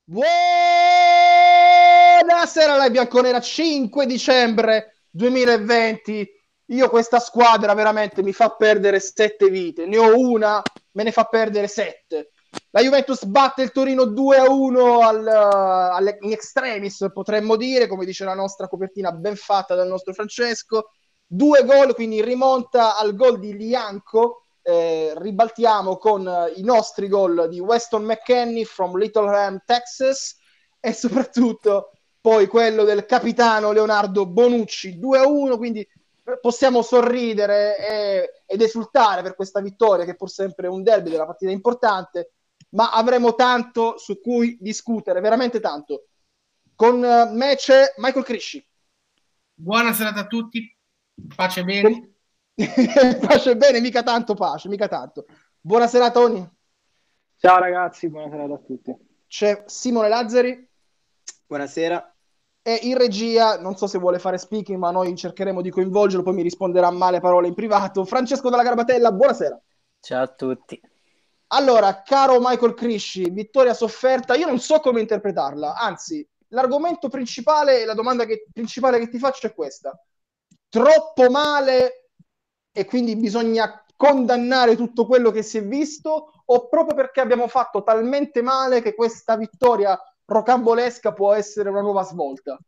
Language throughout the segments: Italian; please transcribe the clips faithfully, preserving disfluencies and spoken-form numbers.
Buonasera, la bianconera, cinque dicembre duemilaventi. Io questa squadra veramente mi fa perdere sette vite. Ne ho una, me ne fa perdere sette. La Juventus batte il Torino due a uno al, alle, in extremis, potremmo dire, come dice la nostra copertina ben fatta dal nostro Francesco. Due gol, quindi rimonta al gol di Lianco. Eh, ribaltiamo con eh, i nostri gol di Weston McKennie from Little Ham, Texas, e soprattutto poi quello del capitano Leonardo Bonucci due a uno, quindi possiamo sorridere e, ed esultare per questa vittoria, che è pur sempre un derby della partita importante, ma avremo tanto su cui discutere, veramente tanto. Con me c'è Michael Crisci. Buona serata a tutti, pace e bene. Com- pace bene, mica tanto pace, mica tanto. Buonasera Tony. Ciao ragazzi, buonasera a tutti. C'è Simone Lazzari. Buonasera. E in regia, non so se vuole fare speaking, ma noi cercheremo di coinvolgerlo, poi mi risponderà male parole in privato. Francesco Dalla Garbatella, buonasera. Ciao a tutti. Allora, caro Michael Crisci, vittoria sofferta, io non so come interpretarla, anzi, l'argomento principale e la domanda che, principale che ti faccio è questa. Troppo male e quindi bisogna condannare tutto quello che si è visto, o proprio perché abbiamo fatto talmente male che questa vittoria rocambolesca può essere una nuova svolta?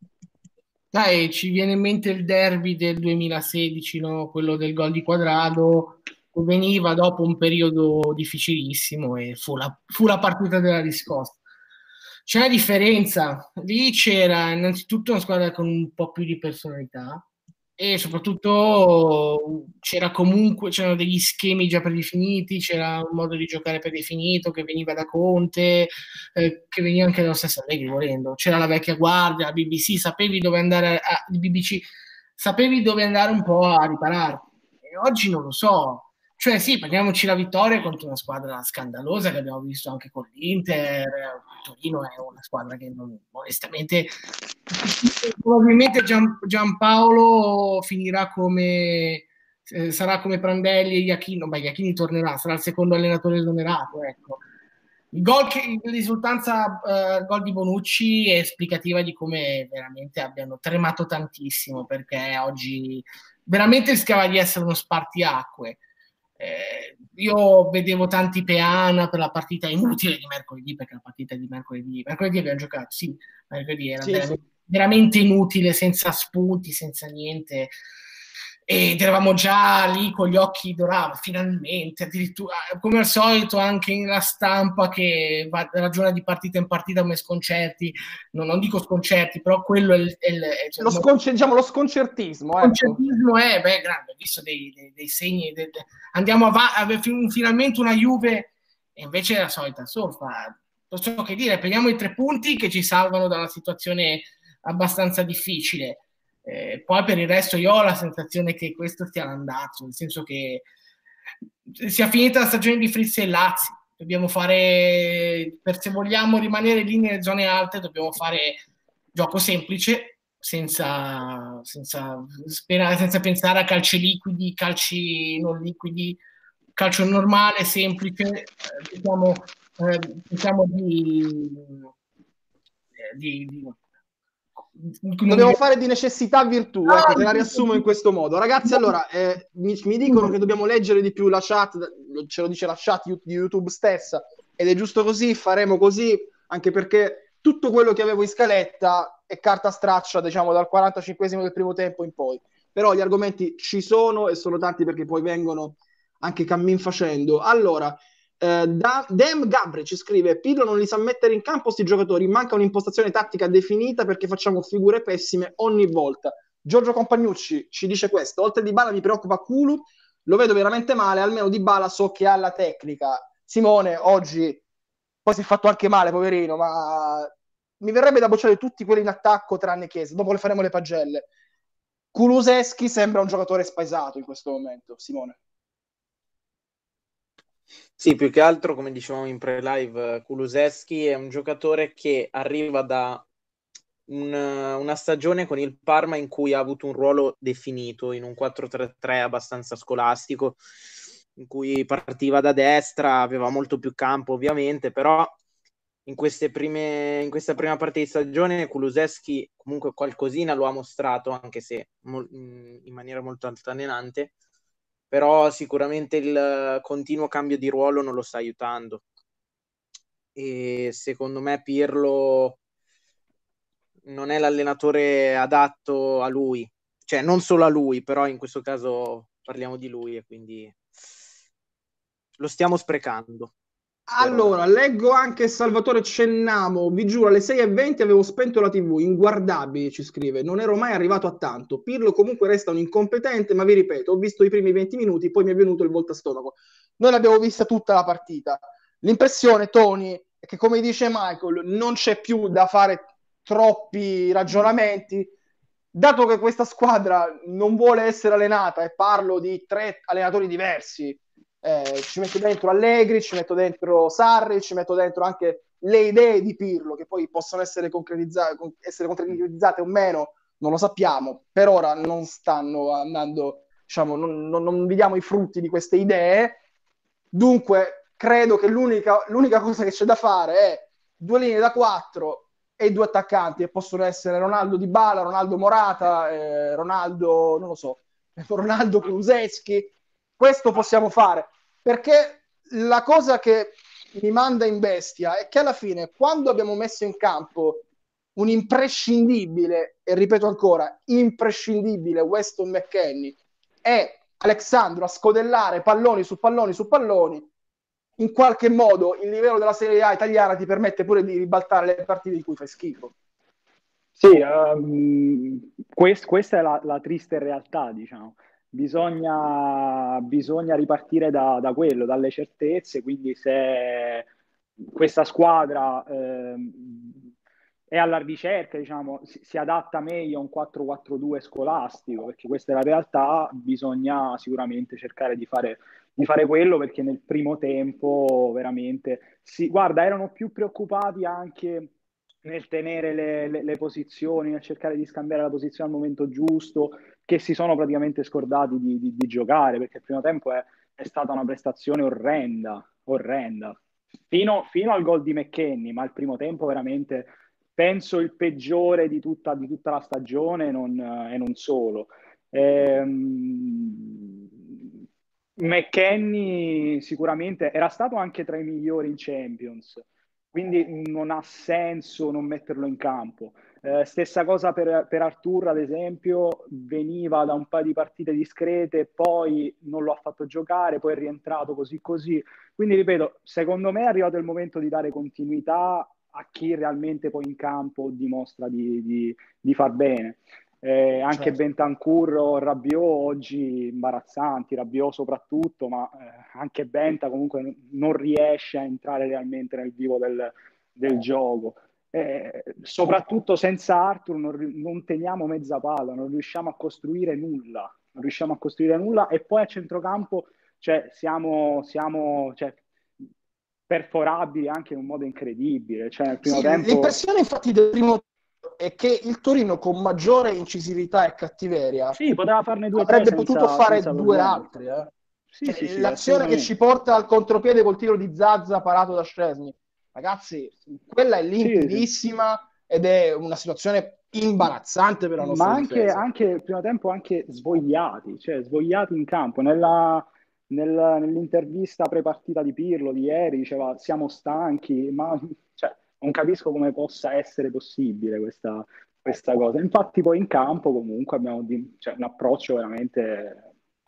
Dai, ci viene in mente il derby del duemilasedici, no? Quello del gol di Quadrado, che veniva dopo un periodo difficilissimo e fu la, fu la partita della riscossa. C'è una differenza, lì c'era innanzitutto una squadra con un po' più di personalità e soprattutto c'era comunque, c'erano degli schemi già predefiniti, c'era un modo di giocare predefinito che veniva da Conte, eh, che veniva anche dallo stesso Allegri volendo. C'era la vecchia guardia, la B B C, sapevi dove andare a, B B C, sapevi dove andare un po' a ripararti. E oggi non lo so. Cioè sì, prendiamoci la vittoria contro una squadra scandalosa che abbiamo visto anche con l'Inter. Torino è una squadra che non, onestamente probabilmente Gian, Giampaolo finirà come eh, sarà come Prandelli e Iachino, ma Iachini tornerà, sarà il secondo allenatore esonerato, ecco. Il gol che, l'esultanza uh, gol di Bonucci è esplicativa di come veramente abbiano tremato tantissimo, perché oggi veramente rischiava di essere uno spartiacque. Eh, io vedevo tanti peana per la partita inutile di mercoledì, perché la partita di mercoledì, mercoledì abbiamo giocato, sì, mercoledì era Sì, veramente, sì. veramente inutile, senza spunti, senza niente. Ed eravamo già lì con gli occhi dorati, finalmente, addirittura, come al solito anche nella stampa che va, ragiona di partita in partita come sconcerti, no, non dico sconcerti, però quello è il... È il è, cioè, Lo, sconcer- diciamo, lo sconcertismo, ecco. concertismo è, beh, grande, ho visto dei, dei, dei segni, de, de, andiamo avanti, finalmente una Juve, e invece è la solita solfa. Non so che dire, prendiamo i tre punti che ci salvano da una situazione abbastanza difficile. Eh, poi per il resto io ho la sensazione che questo stia andando, nel senso che sia finita la stagione di Fritz e Lazio. Dobbiamo fare, per se vogliamo rimanere lì nelle zone alte, dobbiamo fare gioco semplice, senza, senza, sperare, senza pensare a calci liquidi, calci non liquidi, calcio normale, semplice. Eh, diciamo, eh, diciamo di, eh, di, di non Dobbiamo mi- fare di necessità virtù, ecco, te la riassumo in questo modo. Ragazzi, allora, eh, mi, mi dicono che dobbiamo leggere di più la chat, ce lo dice la chat di YouTube stessa, ed è giusto così, faremo così, anche perché tutto quello che avevo in scaletta è carta straccia, diciamo, dal quarantacinquesimo del primo tempo in poi. Però gli argomenti ci sono e sono tanti, perché poi vengono anche cammin facendo. Allora, eh, da, Dem Gabri ci scrive: Pirlo non li sa mettere in campo sti giocatori, manca un'impostazione tattica definita perché facciamo figure pessime ogni volta. Giorgio Compagnucci ci dice questo: oltre Di Bala mi preoccupa Kulu, lo vedo veramente male, almeno Di Bala so che ha la tecnica. Simone oggi poi si è fatto anche male, poverino, ma mi verrebbe da bocciare tutti quelli in attacco tranne Chiesa, dopo le faremo le pagelle. Kuluseschi sembra un giocatore spaesato in questo momento, Simone. Sì, più che altro, come dicevamo in pre-live, Kulusevski è un giocatore che arriva da un- una stagione con il Parma in cui ha avuto un ruolo definito in un quattro tre tre abbastanza scolastico, in cui partiva da destra, aveva molto più campo ovviamente, però in queste prime, in questa prima parte di stagione Kulusevski comunque qualcosina lo ha mostrato, anche se mo- in maniera molto altalenante, però sicuramente il continuo cambio di ruolo non lo sta aiutando. E secondo me Pirlo non è l'allenatore adatto a lui, cioè non solo a lui, però in questo caso parliamo di lui e quindi lo stiamo sprecando. Allora, leggo anche Salvatore Cennamo, vi giuro alle sei e venti avevo spento la tivù, inguardabili ci scrive, non ero mai arrivato a tanto, Pirlo comunque resta un incompetente, ma vi ripeto, ho visto i primi venti minuti, poi mi è venuto il volta stomaco. Noi l'abbiamo vista tutta la partita, l'impressione, Tony, è che come dice Michael, non c'è più da fare troppi ragionamenti, dato che questa squadra non vuole essere allenata, e parlo di tre allenatori diversi, eh, ci metto dentro Allegri, ci metto dentro Sarri, ci metto dentro anche le idee di Pirlo che poi possono essere concretizzate, essere concretizzate o meno, non lo sappiamo. Per ora non stanno andando, diciamo, non, non, non vediamo i frutti di queste idee. Dunque, credo che l'unica, l'unica cosa che c'è da fare è due linee da quattro e due attaccanti, e possono essere Ronaldo Dybala, Ronaldo Morata, eh, Ronaldo, non lo so, Ronaldo Kulusevski. Questo possiamo fare, perché la cosa che mi manda in bestia è che alla fine, quando abbiamo messo in campo un imprescindibile, e ripeto ancora, imprescindibile Weston McKennie e Alexandro a scodellare palloni su palloni su palloni, in qualche modo il livello della Serie A italiana ti permette pure di ribaltare le partite di cui fai schifo. Sì, um, quest, questa è la, la triste realtà, diciamo. Bisogna, bisogna ripartire da, da quello, dalle certezze, quindi se questa squadra ehm, è alla ricerca, diciamo, si, si adatta meglio a un quattro quattro due scolastico, perché questa è la realtà, bisogna sicuramente cercare di fare, di fare quello, perché nel primo tempo veramente, si, guarda, erano più preoccupati anche nel tenere le, le, le posizioni, nel cercare di scambiare la posizione al momento giusto, che si sono praticamente scordati di, di, di giocare, perché il primo tempo è, è stata una prestazione orrenda, orrenda, fino, fino al gol di McKennie, ma il primo tempo veramente, penso, il peggiore di tutta, di tutta la stagione non, e non solo. Ehm, McKennie sicuramente era stato anche tra i migliori in Champions, quindi non ha senso non metterlo in campo. Eh, stessa cosa per, per Arthur, ad esempio, veniva da un paio di partite discrete, poi non lo ha fatto giocare, poi è rientrato così così. Quindi, ripeto, secondo me è arrivato il momento di dare continuità a chi realmente poi in campo dimostra di, di, di far bene. Eh, anche Certo. Bentancur o Rabiot oggi imbarazzanti, Rabiot soprattutto, ma eh, anche Benta comunque non riesce a entrare realmente nel vivo del, del gioco. Eh, soprattutto senza Arthur non, non teniamo mezza palla, non riusciamo a costruire nulla, non riusciamo a costruire nulla, e poi a centrocampo cioè, siamo, siamo cioè, perforabili anche in un modo incredibile. Cioè, nel primo Sì, tempo... l'impressione infatti del primo è che il Torino con maggiore incisività e cattiveria Sì, poteva farne due o tre avrebbe potuto senza, fare senza due problemi. altri. Eh. Sì, Cioè, sì, sì, l'azione che ci assolutamente. porta al contropiede col tiro di Zazza parato da Szczesny, ragazzi, quella è Sì, sì. limpidissima ed è una situazione imbarazzante per la Ma nostra anche, difesa. anche il primo tempo anche svogliati, cioè svogliati in campo. Nella, nel- nell'intervista pre-partita di Pirlo di ieri diceva siamo stanchi, ma cioè, non capisco come possa essere possibile questa, questa cosa. Infatti poi in campo comunque abbiamo di- cioè, un approccio veramente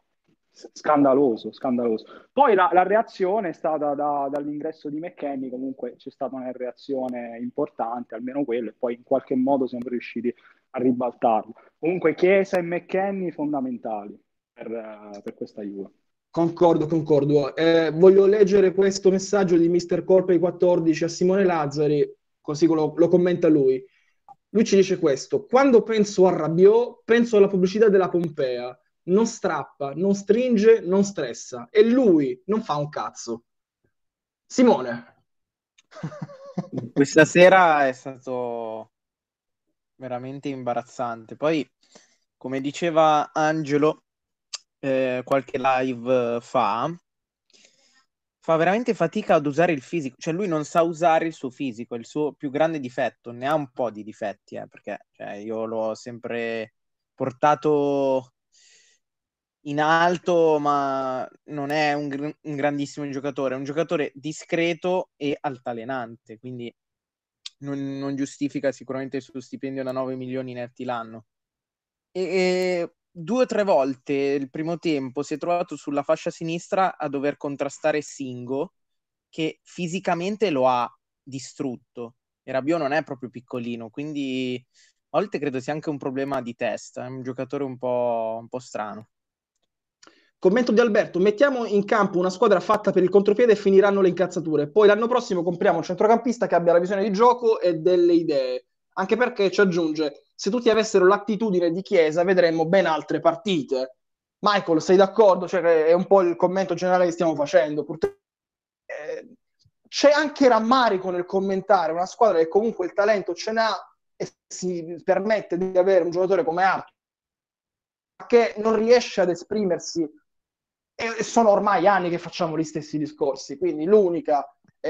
scandaloso, scandaloso. Poi la, la reazione è stata da- dall'ingresso di McKennie, comunque c'è stata una reazione importante, almeno quello, e poi in qualche modo siamo riusciti a ribaltarlo. Comunque Chiesa e McKennie fondamentali per, eh, per questa Juve. Concordo, concordo. Eh, voglio leggere questo messaggio di mister Colpey quattordici a Simone Lazzari, così lo, lo commenta lui. Lui ci dice questo: quando penso a Rabiot, penso alla pubblicità della Pompea. Non strappa, non stringe, non stressa. E lui non fa un cazzo. Simone. Questa sera è stato veramente imbarazzante. Poi, come diceva Angelo eh, qualche live fa, fa veramente fatica ad usare il fisico, cioè lui non sa usare il suo fisico, è il suo più grande difetto, ne ha un po' di difetti, eh, perché cioè, io l'ho sempre portato in alto, ma non è un, gr- un grandissimo giocatore, è un giocatore discreto e altalenante, quindi non, non giustifica sicuramente il suo stipendio da nove milioni netti l'anno. E, e due o tre volte il primo tempo si è trovato sulla fascia sinistra a dover contrastare Singo, che fisicamente lo ha distrutto. E Rabiot non è proprio piccolino, quindi a volte credo sia anche un problema di testa, è un giocatore un po', un po' strano. Commento di Alberto: mettiamo in campo una squadra fatta per il contropiede e finiranno le incazzature. Poi l'anno prossimo compriamo un centrocampista che abbia la visione di gioco e delle idee. Anche perché ci aggiunge: se tutti avessero l'attitudine di Chiesa, vedremmo ben altre partite. Michael, sei d'accordo? Cioè, è un po' il commento generale che stiamo facendo. Purtroppo eh, c'è anche rammarico nel commentare una squadra che comunque il talento ce n'ha e si permette di avere un giocatore come Arthur che non riesce ad esprimersi, e sono ormai anni che facciamo gli stessi discorsi, quindi l'unica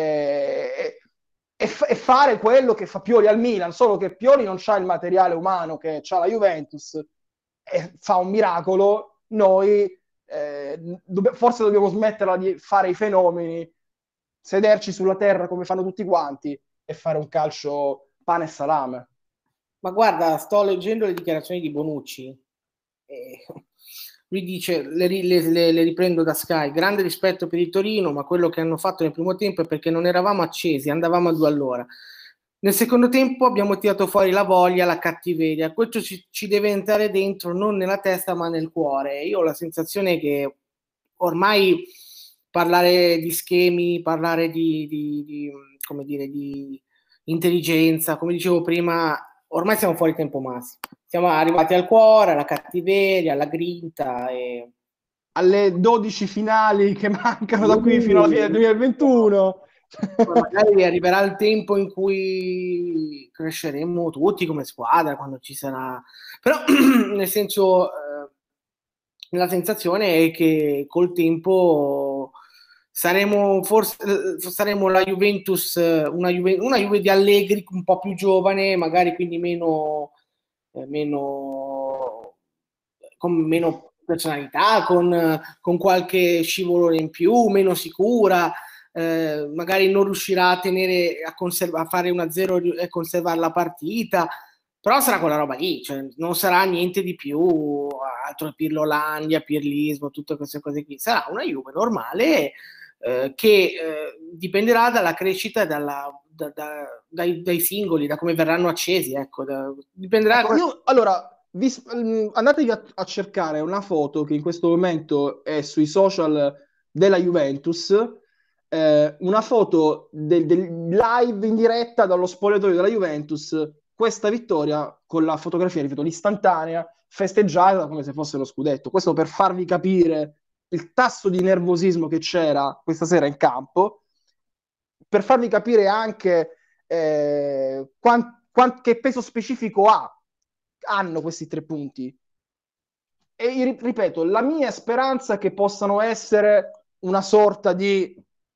è, è, è fare quello che fa Pioli al Milan, solo che Pioli non ha il materiale umano che ha la Juventus e fa un miracolo. Noi eh, dobb- forse dobbiamo smetterla di fare i fenomeni, sederci sulla terra come fanno tutti quanti e fare un calcio pane e salame. Ma guarda, sto leggendo le dichiarazioni di Bonucci. Eh, lui dice, le, le, le, le riprendo da Sky: grande rispetto per il Torino, ma quello che hanno fatto nel primo tempo è perché non eravamo accesi, andavamo a due all'ora. Nel secondo tempo abbiamo tirato fuori la voglia, la cattiveria. Questo ci, ci deve entrare dentro, non nella testa ma nel cuore. Io ho la sensazione che ormai parlare di schemi, parlare di, di, di come dire, di intelligenza, come dicevo prima, ormai siamo fuori tempo massimo. Siamo arrivati al cuore, alla cattiveria, alla grinta e... alle dodici finali che mancano da qui fino alla fine del duemilaventuno. Magari arriverà il tempo in cui cresceremo tutti come squadra, quando ci sarà, però nel senso eh, la sensazione è che col tempo saremo forse saremo la Juventus, una Juve, una Juve di Allegri un po' più giovane, magari quindi meno eh, meno con meno personalità, con, con qualche scivolone in più, meno sicura. Eh, magari non riuscirà a tenere a, conserv- a fare una zero e conservare la partita, però sarà quella roba lì, cioè non sarà niente di più, altro Pirlolandia, Pirlismo, tutte queste cose qui. Sarà una Juve normale eh, che eh, dipenderà dalla crescita e dalla, da, da, dai, dai singoli, da come verranno accesi, ecco, da, dipenderà. Ecco, io, allora, vi, andatevi a, a cercare una foto che in questo momento è sui social della Juventus, eh, una foto del, del live in diretta dallo spogliatoio della Juventus, questa vittoria con la fotografia, ripeto, l'istantanea, festeggiata come se fosse lo scudetto. Questo per farvi capire il tasso di nervosismo che c'era questa sera in campo, per farvi capire anche eh, quant, quant, che peso specifico ha, hanno questi tre punti. E ripeto, la mia speranza è che possano essere una sorta di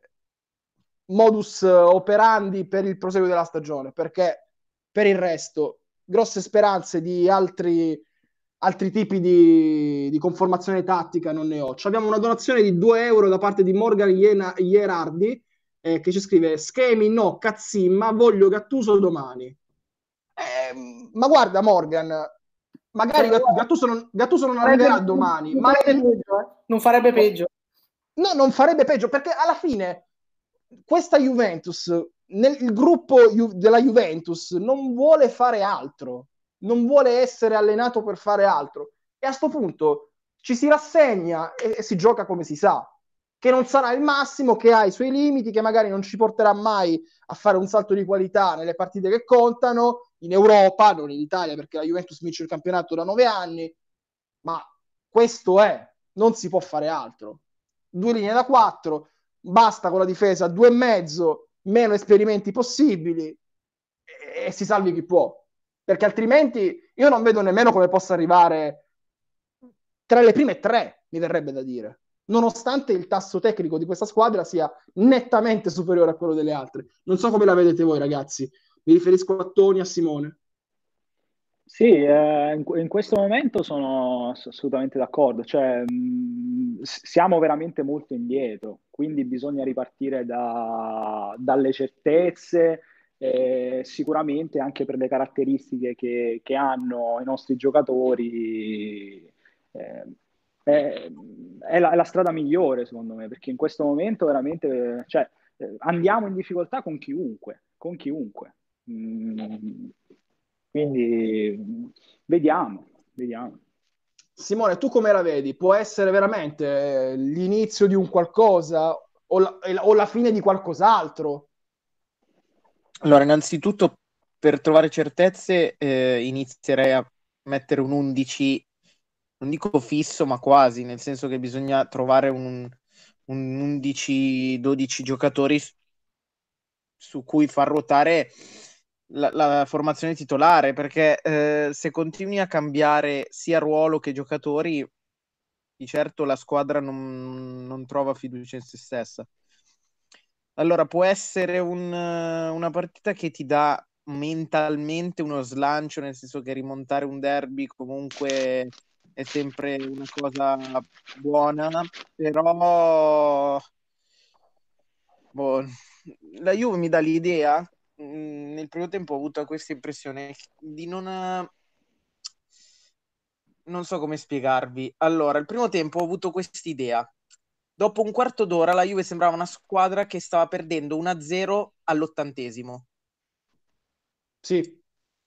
modus operandi per il proseguo della stagione, perché per il resto grosse speranze di altri, altri tipi di, di conformazione tattica non ne ho. Ci abbiamo una donazione di due euro da parte di Morgan Ierardi eh, che ci scrive: schemi no, cazzimma, voglio Gattuso domani. Eh, ma guarda Morgan, magari Gattuso non, Gattuso non arriverà domani, non ma farebbe peggio, eh? non farebbe peggio. No, non farebbe peggio, perché alla fine questa Juventus, nel il gruppo Ju- della Juventus non vuole fare altro, non vuole essere allenato per fare altro. E a sto punto ci si rassegna e, e si gioca come si sa, che non sarà il massimo, che ha i suoi limiti, che magari non ci porterà mai a fare un salto di qualità nelle partite che contano, in Europa, non in Italia, perché la Juventus vince il campionato da nove anni, ma questo è, non si può fare altro. Due linee da quattro, basta con la difesa, due e mezzo, meno esperimenti possibili e, e si salvi chi può, perché altrimenti io non vedo nemmeno come possa arrivare tra le prime tre, mi verrebbe da dire. nonostante il tasso tecnico di questa squadra sia nettamente superiore a quello delle altre. Non so come la vedete voi, ragazzi. Mi riferisco a Tony e a Simone. Sì, eh, in, in questo momento sono assolutamente d'accordo, cioè mh, siamo veramente molto indietro, quindi bisogna ripartire da- dalle certezze, eh, sicuramente anche per le caratteristiche che, che hanno i nostri giocatori, eh, è, è la, è la strada migliore secondo me, perché in questo momento veramente, cioè, eh, andiamo in difficoltà con chiunque, con chiunque. Mm, quindi mh, vediamo, vediamo. Simone, tu come la vedi? Può essere veramente eh, l'inizio di un qualcosa o la, o la fine di qualcos'altro? Allora, innanzitutto, per trovare certezze, eh, inizierei a mettere un undici, non dico fisso, ma quasi, nel senso che bisogna trovare un, un undici dodici giocatori su su cui far ruotare la, la formazione titolare, perché eh, se continui a cambiare sia ruolo che giocatori, di certo la squadra non, non trova fiducia in se stessa. Allora, può essere un, eh, una partita che ti dà mentalmente uno slancio, nel senso che rimontare un derby comunque è sempre una cosa buona, però boh, la Juve mi dà l'idea, mh, nel primo tempo ho avuto questa impressione di non... eh, non so come spiegarvi. Allora, il primo tempo ho avuto quest'idea. Dopo un quarto d'ora la Juve sembrava una squadra che stava perdendo uno a zero all'ottantesimo. Sì,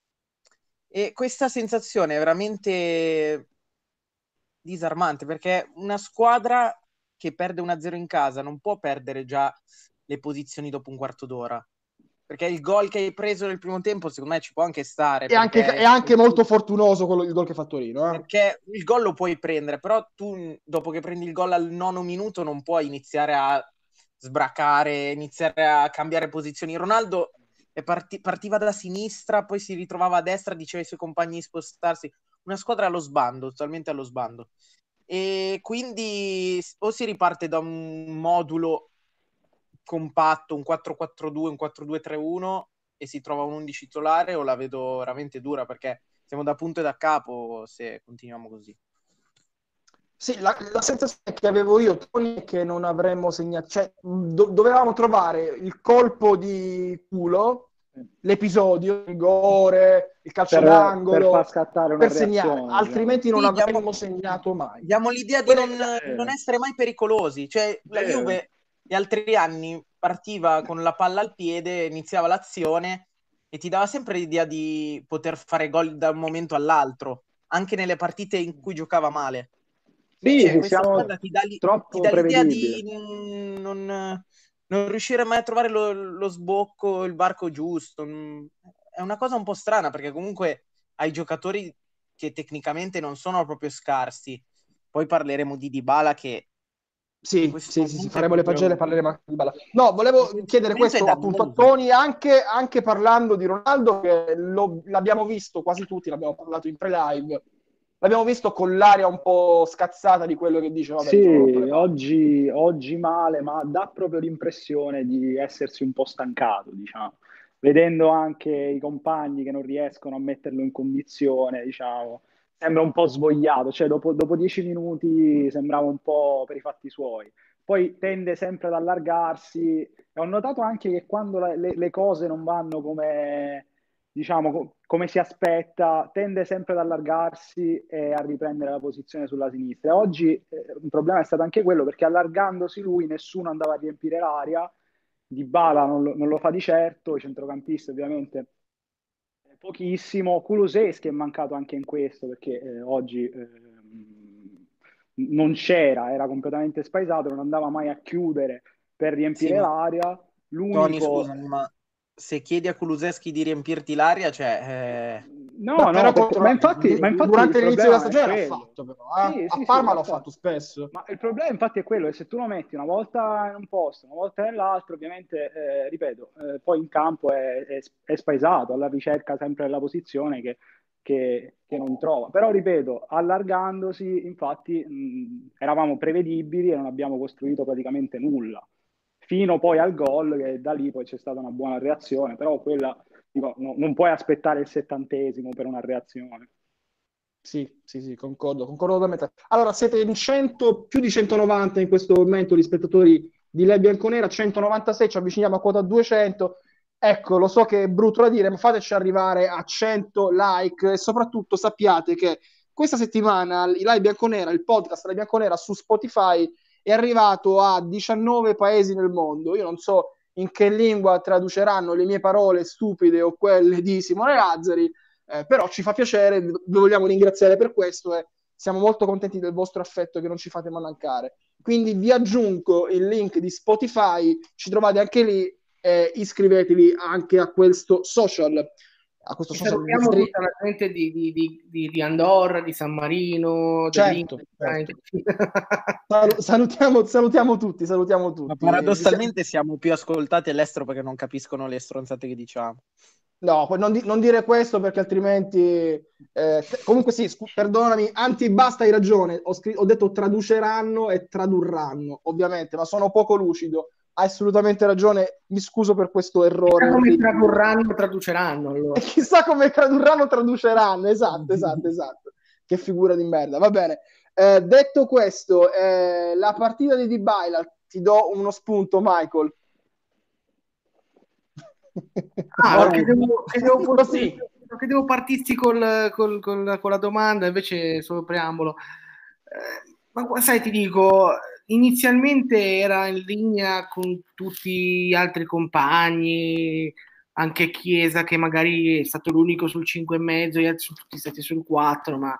E questa sensazione è veramente disarmante perché una squadra che perde uno a zero in casa non può perdere già le posizioni dopo un quarto d'ora. Perché il gol che hai preso nel primo tempo, secondo me, ci può anche stare. è anche, è Perché, anche molto fortunoso quello, il gol che fa Torino. Eh? perché il gol lo puoi prendere, però tu, dopo che prendi il gol al nono minuto, non puoi iniziare a sbracare, iniziare a cambiare posizioni. Ronaldo è parti- partiva da sinistra, poi si ritrovava a destra, diceva ai suoi compagni di spostarsi. Una squadra allo sbando, totalmente allo sbando. E quindi o si riparte da un modulo compatto, un quattro quattro due, un quattro due tre uno e si trova un undici titolare, o la vedo veramente dura perché siamo da punto e da capo se continuiamo così. Sì, la, la sensazione che avevo io, Tony, è che non avremmo segnato, cioè do- dovevamo trovare il colpo di culo, l'episodio, il rigore, il calcio Per, per far d'angolo, scattare una per segnare, reazione, diciamo. altrimenti non Sì, diamo, avremmo segnato mai. diamo l'idea di Poi, non, la- di non Vero, essere mai pericolosi. Cioè, la vero. Juve gli altri anni partiva con la palla al piede, iniziava l'azione e ti dava sempre l'idea di poter fare gol da un momento all'altro, anche nelle partite in cui giocava male. Sì, Invece sì, questa siamo squadra ti dà, li- ti troppo dà l'idea prevedibili. di non, non riuscire mai a trovare lo, lo sbocco, il varco giusto. Mm, È una cosa un po' strana perché comunque hai giocatori che tecnicamente non sono proprio scarsi. Poi parleremo di Dybala che in Sì, questo sì, sì, sì, momento è faremo le pagelle e proprio parleremo anche di Bala. No, in volevo questo chiedere momento è questo appunto a dannoso. Tony, anche, anche parlando di Ronaldo, che lo- l'abbiamo visto quasi tutti, l'abbiamo parlato in pre-live, l'abbiamo visto con l'aria un po' scazzata di quello che dice, vabbè, Sì, mi sono rotto le palle. oggi, oggi male, ma dà proprio l'impressione di essersi un po' stancato, diciamo. Vedendo anche i compagni che non riescono a metterlo in condizione, diciamo, sembra un po' svogliato, cioè dopo, dopo dieci minuti sembrava un po' per i fatti suoi. Poi tende sempre ad allargarsi e ho notato anche che quando la- le, le cose non vanno come, diciamo, co- come si aspetta, tende sempre ad allargarsi e a riprendere la posizione sulla sinistra. Oggi eh, un problema è stato anche quello perché allargandosi lui nessuno andava a riempire l'area, Dybala non lo, non lo fa di certo, i centrocampisti ovviamente pochissimo, Kulusevski è mancato anche in questo perché eh, oggi ehm, non c'era, era completamente spaesato, non andava mai a chiudere per Sì, riempire ma l'area. Tony, L'unico scusami, ma se chiedi a Kulusevski di riempirti l'aria, cioè... eh, Beh, no, no, però perché, contro ma la- infatti, ma infatti il durante l'inizio della problema è stagione l'ha quello. fatto, però, eh. Sì, A sì, sì, Parma l'ha l'ho fatto. fatto spesso. Ma il problema infatti è quello che se tu lo metti una volta in un posto, una volta nell'altro, ovviamente, eh, ripeto, eh, poi in campo è, è, è spaesato alla ricerca sempre della posizione che che, che non trova. Però ripeto, allargandosi, infatti, mh, eravamo prevedibili e non abbiamo costruito praticamente nulla. Fino poi al gol, che da lì poi c'è stata una buona reazione, però quella, dico, no, non puoi aspettare il settantesimo per una reazione. Sì, sì, sì, concordo, concordo totalmente. Allora, siete in cento, più di centonovanta in questo momento gli spettatori di Lei Bianconera, centonovantasei, ci avviciniamo a quota duecento. Ecco, lo so che è brutto da dire, ma fateci arrivare a cento like e soprattutto sappiate che questa settimana il Lei Bianconera, il podcast Lei Bianconera su Spotify è arrivato a diciannove paesi nel mondo. Io non so in che lingua traduceranno le mie parole stupide o quelle di Simone Lazzari, eh, però ci fa piacere, vi vogliamo ringraziare per questo e siamo molto contenti del vostro affetto che non ci fate mai mancare. Quindi vi aggiungo il link di Spotify, ci trovate anche lì, e iscrivetevi anche a questo social. A questo social salutiamo vostri... tutta la gente di, di, di, di Andorra, di San Marino, certo, certo. Sal- salutiamo, salutiamo tutti, salutiamo tutti. Ma paradossalmente siamo più ascoltati all'estero perché non capiscono le stronzate che diciamo. No, poi non, di- non dire questo perché altrimenti eh, te- comunque sì, scu- perdonami, Anti, basta, hai ragione, ho, scr- ho detto traduceranno e tradurranno, ovviamente, ma sono poco lucido, hai assolutamente ragione, mi scuso per questo errore. Chissà come orribile. tradurranno, traduceranno allora. E chissà come tradurranno, traduceranno, esatto, esatto, esatto. Che figura di merda, va bene. Eh, detto questo, eh, la partita di Dybala, ti do uno spunto, Michael. Ah, credevo, credevo, fosse, credevo partissi col, col, col, con la domanda, invece solo preambolo. Eh, ma sai, ti dico, inizialmente era in linea con tutti gli altri compagni, anche Chiesa che magari è stato l'unico sul cinque e mezzo, gli altri sono tutti stati sul quattro, ma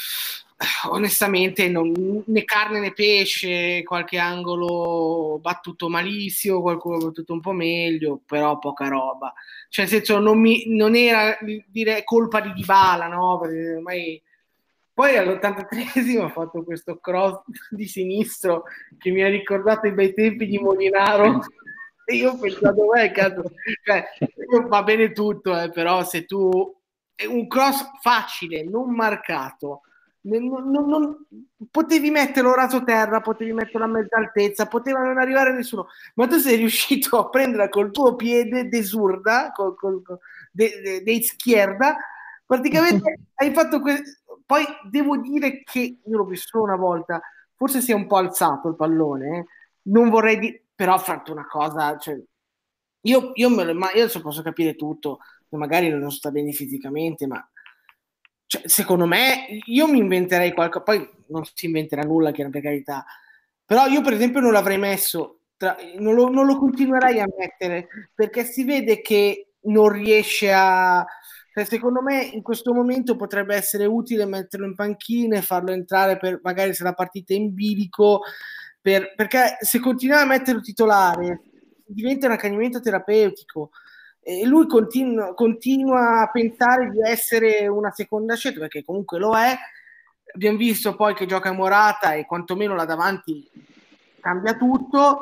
onestamente non, né carne né pesce, qualche angolo battuto malissimo, qualcuno battuto un po' meglio, però poca roba. Cioè, nel senso, non, mi, non era dire colpa di Dybala, no? Perché ormai... Poi all'ottantatreesimo ha fatto questo cross di sinistro che mi ha ricordato i bei tempi di Molinaro e io ho pensato, beh, cazzo, cioè, va bene tutto, eh, però se tu... È un cross facile, non marcato, non, non, non, potevi metterlo raso terra, potevi metterlo a mezza altezza, poteva non arrivare a nessuno, ma tu sei riuscito a prenderla col tuo piede de zurda, col, col, de, de, de izquierda, praticamente hai fatto questo. Poi devo dire che io l'ho visto solo una volta, forse si è un po' alzato il pallone, eh. Non vorrei dire, però ha fatto una cosa, cioè, io, io, me lo, ma io adesso posso capire tutto, magari non sta bene fisicamente, ma cioè, secondo me io mi inventerei qualcosa, poi non si inventerà nulla, che per carità, però io per esempio non l'avrei messo, tra, non, lo, non lo continuerei a mettere, perché si vede che non riesce a... Cioè, secondo me in questo momento potrebbe essere utile metterlo in panchina e farlo entrare per magari se la partita è in bilico, per, perché se continuiamo a metterlo titolare diventa un accanimento terapeutico e lui continua, continua a pensare di essere una seconda scelta, perché comunque lo è. Abbiamo visto poi che gioca Morata e quantomeno là davanti cambia tutto.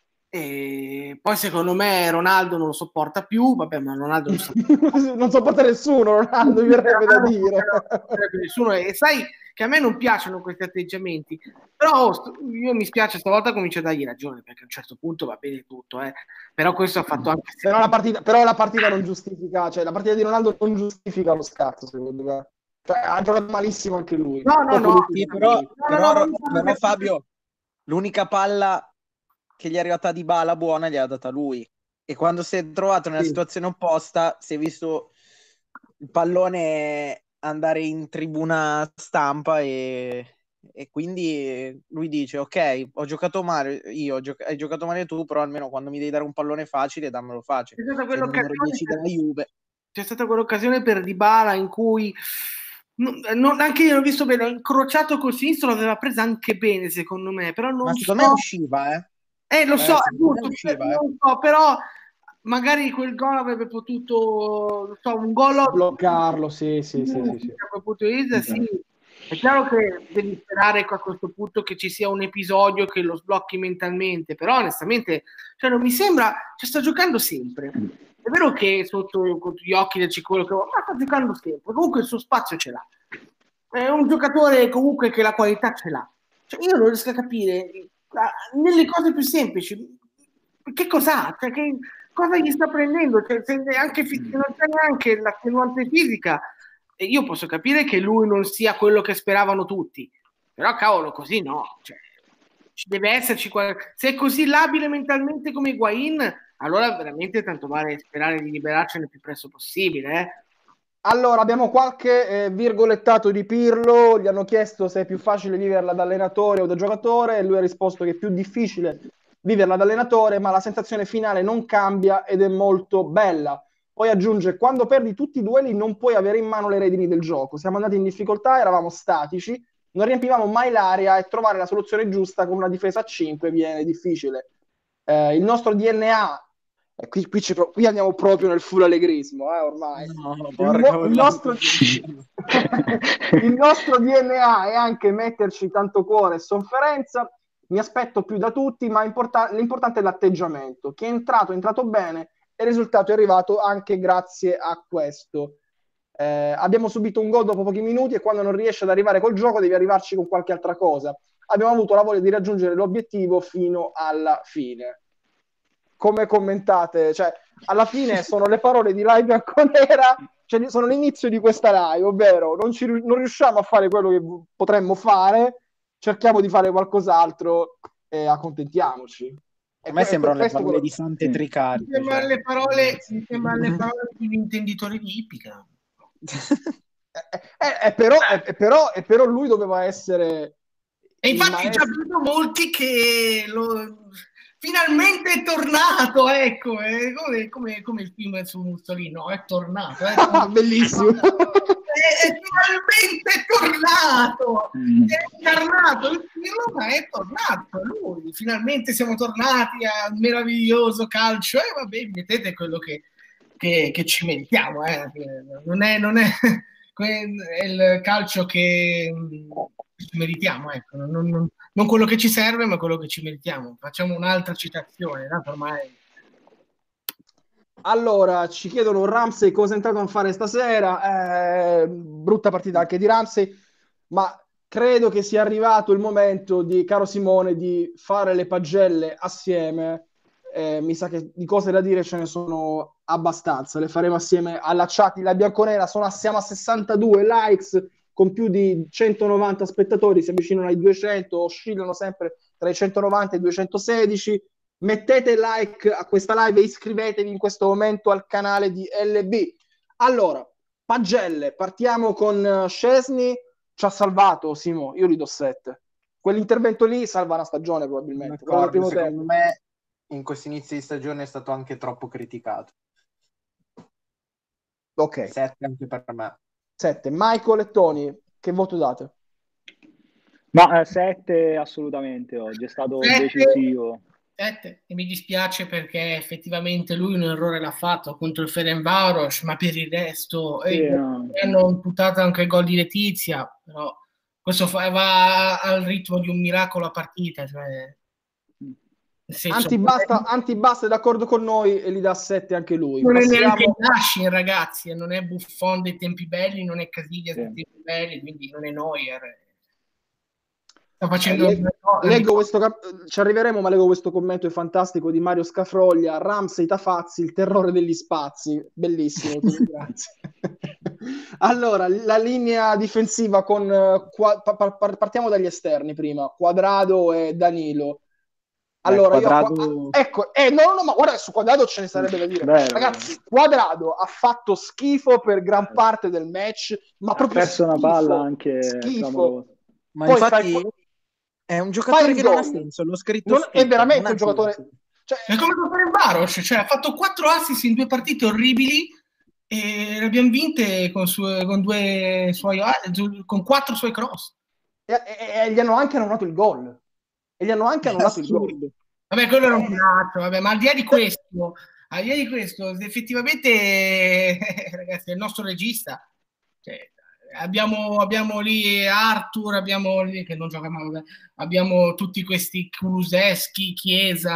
E poi secondo me Ronaldo non lo sopporta più, vabbè, ma Ronaldo non, so... non sopporta nessuno, Ronaldo, mi verrebbe da dire. Nessuno, e sai che a me non piacciono questi atteggiamenti, però io mi spiace, stavolta comincio a dargli ragione, perché a un certo punto va bene tutto, eh. Però questo ha fatto anche... Però la, partita, però la partita non giustifica, cioè la partita di Ronaldo non giustifica lo scarto, secondo me. Cioè, ha giocato malissimo anche lui. No, no, no, sì, però, no, però, no, no, però no, Fabio, l'unica palla che gli è arrivata di Dybala buona gli ha data lui, e quando si è trovato nella sì. situazione opposta si è visto il pallone andare in tribuna stampa e, e quindi lui dice ok, ho giocato male io, gio- hai giocato male tu, però almeno quando mi devi dare un pallone facile dammelo facile. C'è stata quell'occasione, della Juve. C'è stata quell'occasione per Dybala in cui non, non, anche io l'ho visto bene, incrociato col sinistro, l'aveva presa anche bene secondo me, però non ma secondo so... me usciva eh Eh, lo so, eh, è giusto, usciva, non eh. so, però magari quel gol avrebbe potuto, non so, un gol bloccarlo, sì, sì, sì, sì, sì. Da quel punto di vista, sì. È chiaro che devi sperare a questo punto che ci sia un episodio che lo sblocchi mentalmente, però onestamente, cioè non mi sembra, cioè sta giocando sempre. è vero che sotto, sotto gli occhi del ciclo che ma sta giocando sempre, comunque il suo spazio ce l'ha. È un giocatore comunque che la qualità ce l'ha. Cioè, io non riesco a capire nelle cose più semplici che cos'ha, cioè, che cosa gli sta prendendo, cioè, se anche se non c'è neanche l'attenuante fisica, e io posso capire che lui non sia quello che speravano tutti, però cavolo, così no, cioè, ci deve esserci qual- se è così labile mentalmente come Higuain, allora veramente tanto vale sperare di liberarcene il più presto possibile, eh. Allora, abbiamo qualche eh, virgolettato di Pirlo, gli hanno chiesto se è più facile viverla da allenatore o da giocatore, e lui ha risposto che è più difficile viverla da allenatore, ma la sensazione finale non cambia ed è molto bella. Poi aggiunge, quando perdi tutti i duelli non puoi avere in mano le redini del gioco, siamo andati in difficoltà, eravamo statici, non riempivamo mai l'area e trovare la soluzione giusta con una difesa a cinque viene difficile. Eh, il nostro D N A E qui, qui, ci, qui andiamo proprio nel full allegrismo, eh, ormai. No, Il, porca mo- il nostro, il nostro D N A è anche metterci tanto cuore e sofferenza. Mi aspetto più da tutti, ma importa- l'importante è l'atteggiamento. Chi è entrato è entrato bene e il risultato è arrivato anche grazie a questo. Eh, abbiamo subito un gol dopo pochi minuti e quando non riesci ad arrivare col gioco devi arrivarci con qualche altra cosa. Abbiamo avuto la voglia di raggiungere l'obiettivo fino alla fine. Come commentate? Cioè, alla fine sono le parole di Rai Bianconera, cioè sono l'inizio di questa live, ovvero non, ci, non riusciamo a fare quello che potremmo fare, cerchiamo di fare qualcos'altro e accontentiamoci. A me e, sembrano le parole quello... di Sante Tricari. Mi sembrano le parole, mi sembrano le parole di un intenditore di ippica. eh, eh, però, eh, però, eh, però lui doveva essere... E infatti già vedo molti che lo... finalmente è tornato, ecco, è come, come, come il film su Mussolini, no, è tornato. È tornato. Bellissimo. È, è finalmente tornato, è incarnato il film, ma è tornato lui. Finalmente siamo tornati al meraviglioso calcio e vabbè, mettete quello che, che, che ci meritiamo, eh. non, è, non è, è il calcio che ci meritiamo, ecco. non, non, non quello che ci serve, ma quello che ci meritiamo. Facciamo un'altra citazione, no? Ormai. Allora, ci chiedono Ramsey cosa è entrato a fare stasera. Eh, brutta partita anche di Ramsey, ma credo che sia arrivato il momento di, caro Simone, di fare le pagelle assieme. Eh, mi sa che di cose da dire ce ne sono abbastanza. Le faremo assieme alla chat di La Bianconera. Sono, siamo a sessantadue likes con più di centonovanta spettatori, si avvicinano ai duecento, oscillano sempre tra i centonovanta e i duecentosedici. Mettete like a questa live e iscrivetevi in questo momento al canale di L B. Allora, pagelle, partiamo con Szczesny, ci ha salvato Simo, io gli do sette. Quell'intervento lì salva una stagione probabilmente. Quello del primo secondo tempo. Me in questo inizio di stagione è stato anche troppo criticato. Ok. sette anche per me. sette. Michael e Tony, che voto date? Ma eh, sette assolutamente oggi, è stato sette. decisivo. E mi dispiace perché effettivamente lui un errore l'ha fatto contro il Ferencváros, ma per il resto sì, eh, no. hanno imputato anche il gol di Letizia, però questo fa, va al ritmo di un miracolo a partita, cioè, senso, Antibasta, Antibasta è d'accordo con noi e gli dà sette anche lui. Non Passiamo... è neanche Nashin, ragazzi, non è Buffon dei tempi belli, non è Casillas sì. dei tempi belli, quindi non è Neuer. Sta facendo eh, leggo questo cap- ci arriveremo, ma leggo questo commento fantastico di Mario Scafroglia. Ramsey Tafazzi, il terrore degli spazi, bellissimo, grazie. Allora, la linea difensiva con uh, qua- pa- pa- partiamo dagli esterni prima, Quadrado e Danilo. Allora, Beh, Quadrado... io qua- ecco, eh, no, no, ma guarda, su Quadrado ce ne sarebbe da dire. Vero, Ragazzi, Quadrado ha fatto schifo per gran parte del match, ma ha proprio perso una palla anche schifo. Ma Poi infatti fai... è un giocatore che non ha senso, l'ho scritto non, scritto, è veramente un giocatore cioè, è come il Baros, cioè ha fatto quattro assist in due partite orribili e le abbiamo vinte con, sue, con due suoi con quattro suoi cross e, e, e gli hanno anche annullato il gol e gli hanno anche annullato il gol. Vabbè, quello era un piatto, vabbè, ma al di là di questo al di là di questo effettivamente ragazzi è il nostro regista, cioè, Abbiamo, abbiamo lì Arthur, abbiamo lì, che non gioca mai, abbiamo tutti questi Kuluseschi, Chiesa,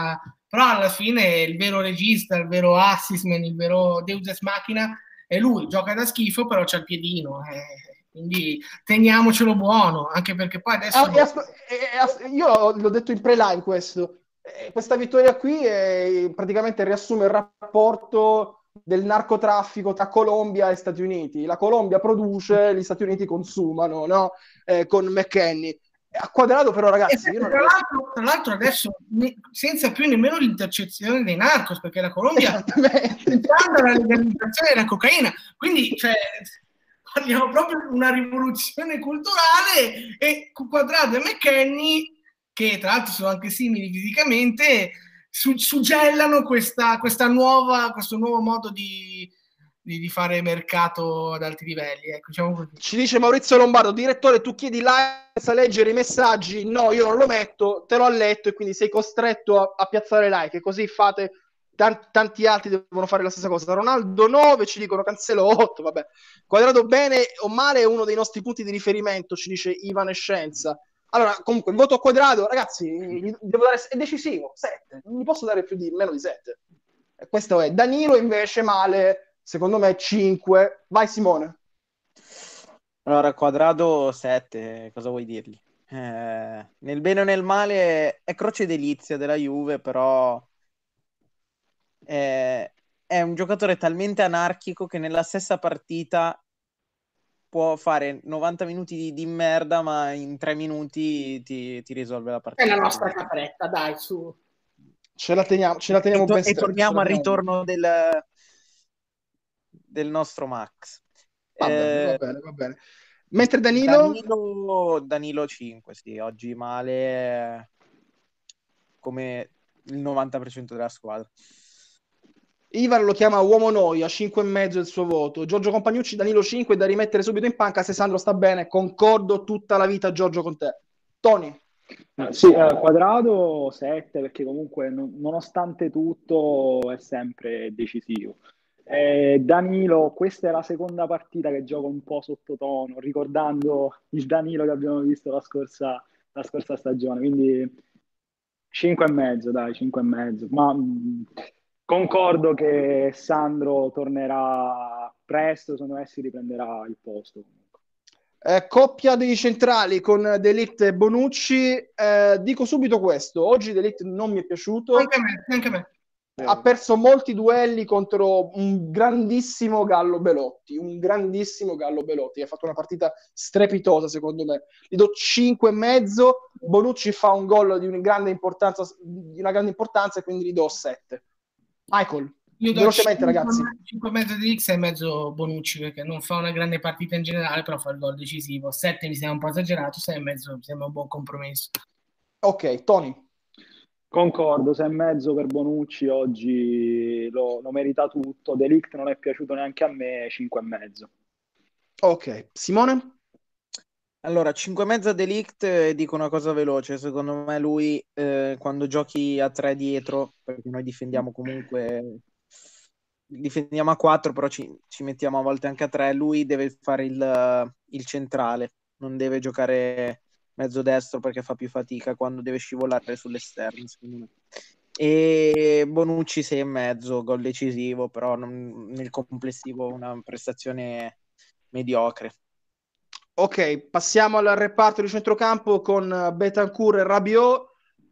però alla fine il vero regista, il vero assisman, il vero Deus Ex Machina è lui, gioca da schifo però c'ha il piedino, eh, quindi teniamocelo buono, anche perché poi adesso... Ah, e asco- e- e- io l'ho detto in pre-live questo. Eh, questa vittoria qui è- praticamente riassume il rapporto del narcotraffico tra Colombia e Stati Uniti. La Colombia produce, gli Stati Uniti consumano, no? Eh, con McKenny. A Quadrado però, ragazzi, io non tra, riesco... l'altro, tra l'altro adesso ne- senza più nemmeno l'intercezione dei narcos, perché la Colombia sta Esattamente. puntando alla legalizzazione della cocaina, quindi cioè, parliamo proprio di una rivoluzione culturale, e Quadrado e McKenny, che tra l'altro sono anche simili fisicamente, su- suggellano questa, questa nuova, questo nuovo modo di, di, di fare mercato ad alti livelli, ecco, diciamo così. Ci dice Maurizio Lombardo, direttore, tu chiedi like a leggere i messaggi, no, io non lo metto, te l'ho letto e quindi sei costretto a, a piazzare like, e così fate, tanti, tanti altri devono fare la stessa cosa. Ronaldo nove, ci dicono Cancelo otto, vabbè. Quadrato bene o male è uno dei nostri punti di riferimento, ci dice Ivanescenza. Allora, comunque, il voto a Quadrado, ragazzi, gli devo dare, è decisivo, sette, non gli posso dare più di, meno di sette. E questo è. Danilo invece male, secondo me cinque. Vai Simone. Allora, Quadrado sette, cosa vuoi dirgli? Eh, nel bene o nel male è croce delizia della Juve, però è, è un giocatore talmente anarchico che nella stessa partita può fare novanta minuti di, di merda, ma in tre minuti ti, ti risolve la È la partita. nostra capretta, dai, su. Ce la teniamo, ce la teniamo E, to- ben e stretta. ce torniamo la al teniamo ben- ritorno del, del nostro Max. Va bene, va Eh, bene, va bene. Mentre Danilo, Danilo, Danilo cinque, sì, oggi male come il novanta per cento della squadra. Ivar lo chiama uomo noia, cinque e mezzo il suo voto. Giorgio Compagnucci, Danilo cinque, da rimettere subito in panca se Sandro sta bene. Concordo tutta la vita, Giorgio, con te. Tony. Eh, Sì, eh, Quadrado sette perché comunque non- nonostante tutto è sempre decisivo. Eh, Danilo, questa è la seconda partita che gioca un po' sottotono, ricordando il Danilo che abbiamo visto la scorsa, la scorsa stagione, quindi cinque e mezzo, dai, cinque e mezzo. Ma mh, concordo che Sandro tornerà presto, secondo me si riprenderà il posto. Eh, coppia dei centrali con De Ligt e Bonucci. Eh, dico subito questo: oggi De Ligt non mi è piaciuto. Anche a me, anche a me. Ha perso molti duelli contro un grandissimo Gallo Belotti, un grandissimo Gallo Belotti, ha fatto una partita strepitosa secondo me. Gli do cinque e mezzo. Bonucci fa un gol di una grande importanza, di una grande importanza, e quindi gli do sette. Michael, Io do velocemente ragazzi. cinque e mezzo di X e mezzo Bonucci, perché non fa una grande partita in generale, però fa il gol decisivo. sette mi sembra un po' esagerato, sei e mezzo mi sembra un buon compromesso. Ok, Tony. Concordo, sei e mezzo per Bonucci, oggi lo, lo merita tutto. De Ligt non è piaciuto neanche a me, cinque e mezzo. Ok, Simone? Allora, cinque e mezzo De Ligt, eh, dico una cosa veloce, secondo me lui eh, quando giochi a tre dietro, perché noi difendiamo comunque, difendiamo a quattro, però ci, ci mettiamo a volte anche a tre, lui deve fare il, il centrale, non deve giocare mezzo destro perché fa più fatica quando deve scivolare sull'esterno, secondo me. E Bonucci sei e mezzo, gol decisivo, però non- nel complessivo una prestazione mediocre. Ok, passiamo al reparto di centrocampo con Betancourt e Rabiot.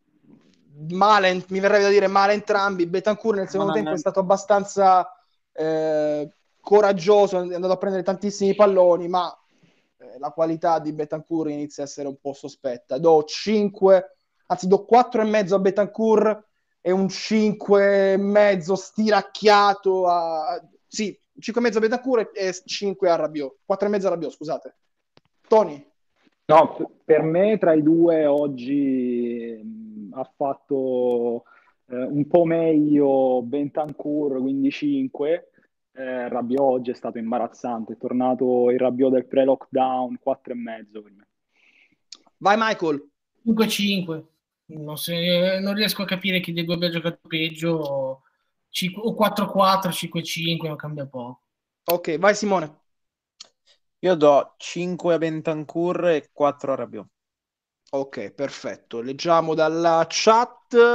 Male, mi verrebbe da dire male entrambi. Betancourt nel secondo Ma- tempo è stato abbastanza eh, coraggioso, è andato a prendere tantissimi palloni, ma eh, la qualità di Betancourt inizia a essere un po' sospetta. Do cinque, anzi do quattro e mezzo a Betancourt e un cinque e mezzo stiracchiato a... Sì, cinque e mezzo a Betancourt e cinque a Rabiot. quattro e mezzo a Rabiot, scusate. Tony. No, p- per me tra i due oggi mh, ha fatto eh, un po' meglio Bentancur, quindi cinque. Eh, Rabiot oggi è stato imbarazzante, è tornato il Rabiot del pre-lockdown, quattro e mezzo per me. Vai Michael. cinque cinque. Non, se- non riesco a capire chi dei due abbia giocato peggio. Cinque- o quattro quattro, cinque cinque, non cambia poco. Ok, vai Simone. Io do cinque a Bentancur e quattro a Rabiot. Ok, perfetto. Leggiamo dalla chat.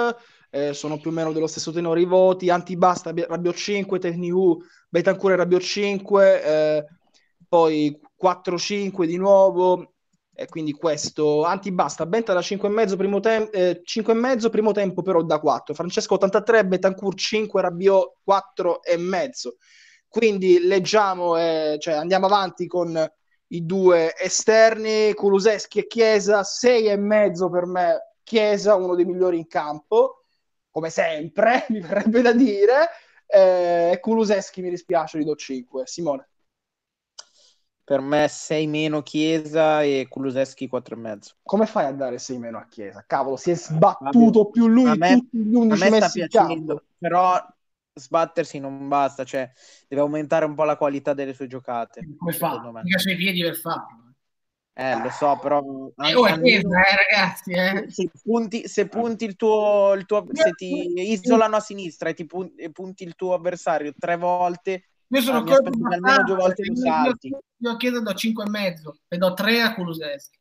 eh, sono più o meno dello stesso tenore i voti. Antibasta, Rabiot cinque, Tecnicu, Bentancur e Rabiot cinque, eh, poi quattro cinque di nuovo, e quindi questo. Antibasta, Benta da cinque e mezzo primo tempo, eh, cinque e mezzo primo tempo però da quattro, Francesco ottantatré, Bentancur cinque, Rabiot quattro e mezzo. Quindi leggiamo, eh, cioè andiamo avanti con i due esterni, Kulusevski e Chiesa, sei e mezzo per me, Chiesa uno dei migliori in campo, come sempre, mi verrebbe da dire, eh, Kulusevski mi dispiace, gli do cinque. Simone? Per me sei meno Chiesa e Kulusevski quattro e mezzo. Come fai a dare sei meno a Chiesa? Cavolo, si è sbattuto Fabio, più lui me, tutti gli undici messi in campo. Però sbattersi non basta, cioè deve aumentare un po' la qualità delle sue giocate. Come fa? Mica sui piedi per farlo. Eh, lo so, però eh, oh, almeno, chiesa, eh, ragazzi, eh. Se punti, se punti il tuo, il tuo se ti isolano a sinistra e ti punti, punti il tuo avversario tre volte, io sono ah, mi aspetto che almeno due volte lo salti. Io, io chiedo do cinque e mezzo e do tre a Kulusevski.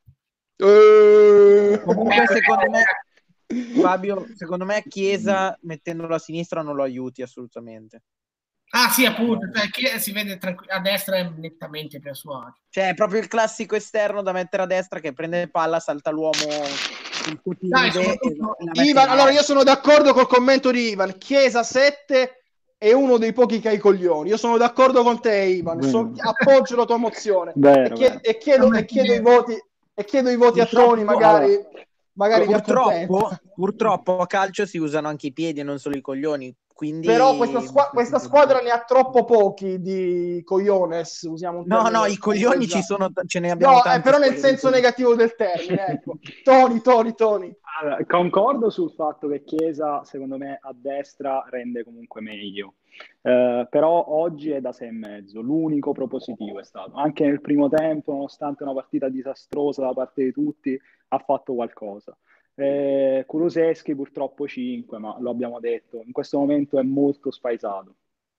Uh, Comunque secondo me Fabio, secondo me Chiesa mettendolo a sinistra non lo aiuti assolutamente. Ah sì, appunto, cioè, Chiesa si vede tranqu- a destra è nettamente più a suo agio. Cioè è proprio il classico esterno da mettere a destra che prende palla, salta l'uomo il Dai, soprattutto... Ivan, allora io sono d'accordo col commento di Ivan, Chiesa sette è uno dei pochi che ha i coglioni. Io sono d'accordo con te, Ivan, so, appoggio la tua mozione vero, e, chiedo, e, chiedo, e chiedo i voti e chiedo i voti a Tony, magari allora. Magari purtroppo, purtroppo a calcio si usano anche i piedi e non solo i coglioni. Quindi... Però questa, squ- questa squadra ne ha troppo pochi di cogliones. Usiamo un no, no, i coglioni ci sono, ce ne abbiamo no, tanti. Eh, però nel senso negativo del termine. Ecco. Tony, Tony, Tony. Allora, concordo sul fatto che Chiesa, secondo me, a destra rende comunque meglio. Uh, però oggi è da sei e mezzo, l'unico propositivo è stato. Anche nel primo tempo, nonostante una partita disastrosa da parte di tutti, ha fatto qualcosa. Eh, Kulusevski purtroppo cinque, ma lo abbiamo detto, in questo momento è molto spaesato.